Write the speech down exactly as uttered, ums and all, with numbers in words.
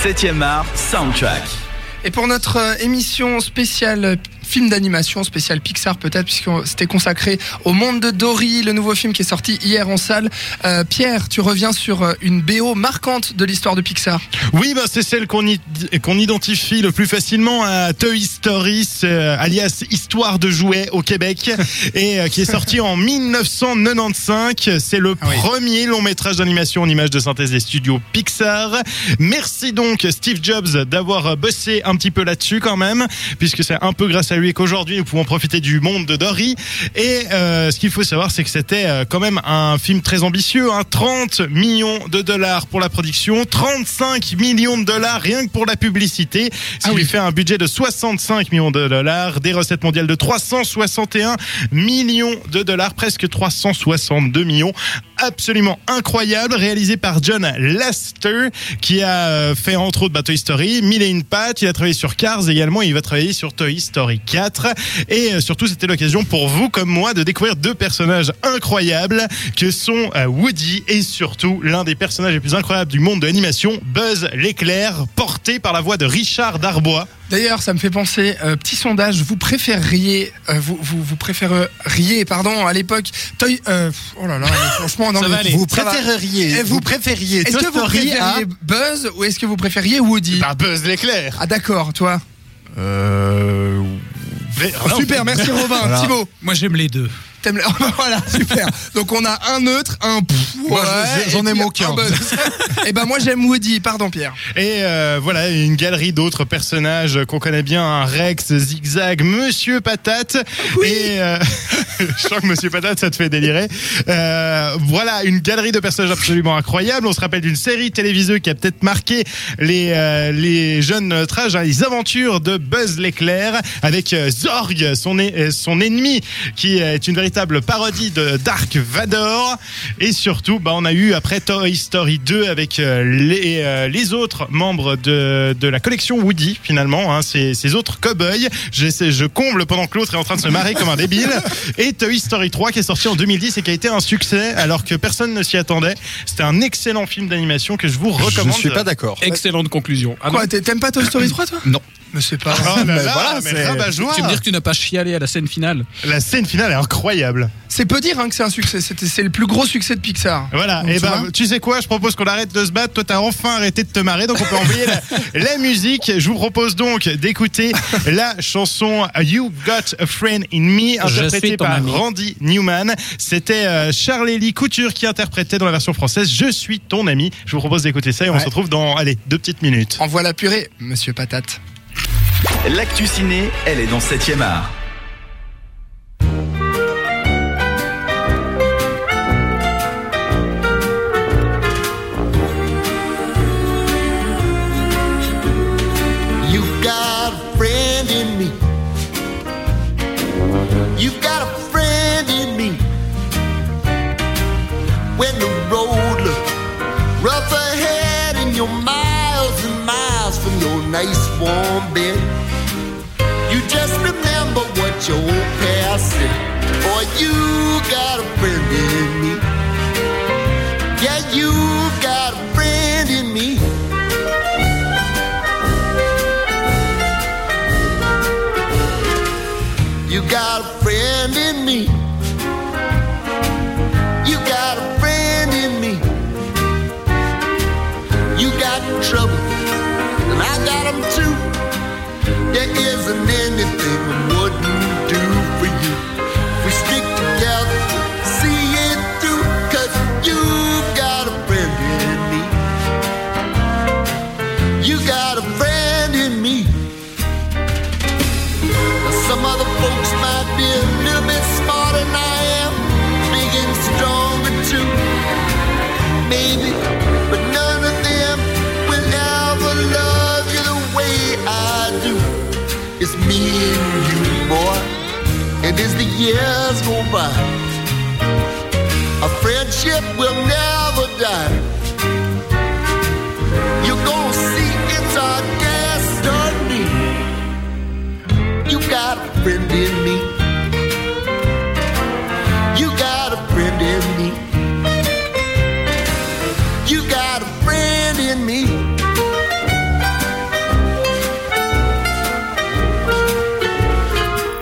septième art Soundtrack. Et pour notre euh, émission spéciale film d'animation, spécial Pixar peut-être, puisque c'était consacré au monde de Dory, le nouveau film qui est sorti hier en salle. Euh, Pierre, tu reviens sur euh, une B O marquante de l'histoire de Pixar. Oui, bah c'est celle qu'on, y, qu'on identifie le plus facilement à Toy Story, euh, alias Histoire de jouets au Québec, et euh, qui est sorti en dix-neuf cent quatre-vingt-quinze. C'est le ah oui. premier long métrage d'animation en images de synthèse des studios Pixar. Merci donc Steve Jobs d'avoir bossé un petit peu là-dessus quand même, puisque c'est un peu grâce à lui qu'aujourd'hui nous pouvons profiter du monde de Dory. Et euh, ce qu'il faut savoir, c'est que c'était euh, quand même un film très ambitieux, hein, trente millions de dollars pour la production, trente-cinq millions de dollars rien que pour la publicité, ce qui ah oui. lui fait un budget de soixante-cinq millions de dollars, des recettes mondiales de trois cent soixante et un millions de dollars, presque trois cent soixante-deux millions. Absolument incroyable, réalisé par John Lasseter, qui a fait entre autres bah, Toy Story, Mille et une pattes, il a travaillé sur Cars également, et il va travailler sur Toy Story quatre, et surtout c'était l'occasion pour vous comme moi de découvrir deux personnages incroyables que sont Woody et surtout l'un des personnages les plus incroyables du monde de l'animation, Buzz l'éclair, porté par la voix de Richard Darbois. D'ailleurs, ça me fait penser, euh, petit sondage, vous préfériez, euh, vous, vous, vous préféreriez, pardon, à l'époque, Toy, euh, oh là là, franchement, non, mais vous préféreriez, vous, vous préfériez, est-ce que vous préfériez à... Buzz ou est-ce que vous préfériez Woody? Bah, Buzz l'éclair. Ah, d'accord, toi? Euh... Mais, oh, super, merci Robin. Voilà. Thibaut. Moi j'aime les deux. T'aimes les... Voilà, super. Donc on a un neutre, un pff, ouais, j'en aime aucun. Et ben moi j'aime Woody, pardon Pierre. Et euh, voilà, une galerie d'autres personnages qu'on connaît bien, un Rex, Zigzag, Monsieur Patate. Oui. Et euh, je sens que Monsieur Patate ça te fait délirer. Euh, voilà, une galerie de personnages absolument incroyables. On se rappelle d'une série télévisée qui a peut-être marqué les euh, les jeunes de notre âge, hein, les aventures de Buzz l'éclair avec euh, Zorg, son euh, son ennemi, qui est une véritable parodie de Dark Vador. Et surtout bah on a eu après Toy Story deux avec euh, les euh, les autres membres de de la collection Woody finalement, hein, ces ces autres cow-boys. J'essaie, je comble pendant que l'autre est en train de se marrer comme un débile. Et Toy Story trois qui est sorti en deux mille dix et qui a été un succès alors que personne ne s'y attendait. C'était un excellent film d'animation que je vous recommande. Je suis pas d'accord. Excellente conclusion. Ah Quoi, t'aimes pas Toy Story trois toi? Non. Mais c'est pas. Oh là là, voilà, mais c'est... rabat-joie. Tu veux dire que tu n'as pas chialé à la scène finale? La scène finale est incroyable. C'est peu dire hein, que c'est un succès. C'était, c'est le plus gros succès de Pixar. Voilà. Donc, et tu, bah, vois tu sais quoi? Je propose qu'on arrête de se battre. Toi, t'as enfin arrêté de te marrer, donc on peut envoyer la, la musique. Je vous propose donc d'écouter la chanson You Got a Friend in Me, interprétée par ami. Randy Newman. C'était euh, Charlélie Couture qui interprétait dans la version française Je suis ton ami. Je vous propose d'écouter ça et ouais. on se retrouve dans, allez, deux petites minutes. Envoie la purée, Monsieur Patate. L'actu ciné, elle est dans septième art. You got a friend in me. You got a friend in me. When the road looks rough ahead and you're miles and miles from your nice warm bed, you just remember what your old past said. Boy, you got a friend in me. Yeah, you got a friend in me. You got a friend in me. You got a friend in me. You got trouble, and I got them too. There isn't anything I wouldn't do for you. We stick together, see it through, 'cause you got a friend in me. You got a friend in me. Now some other folks might be a little bit smarter than I am, big and stronger too, maybe, but none of them will ever love you the way I do. It's me and you, boy, and as the years go by, our friendship will never die.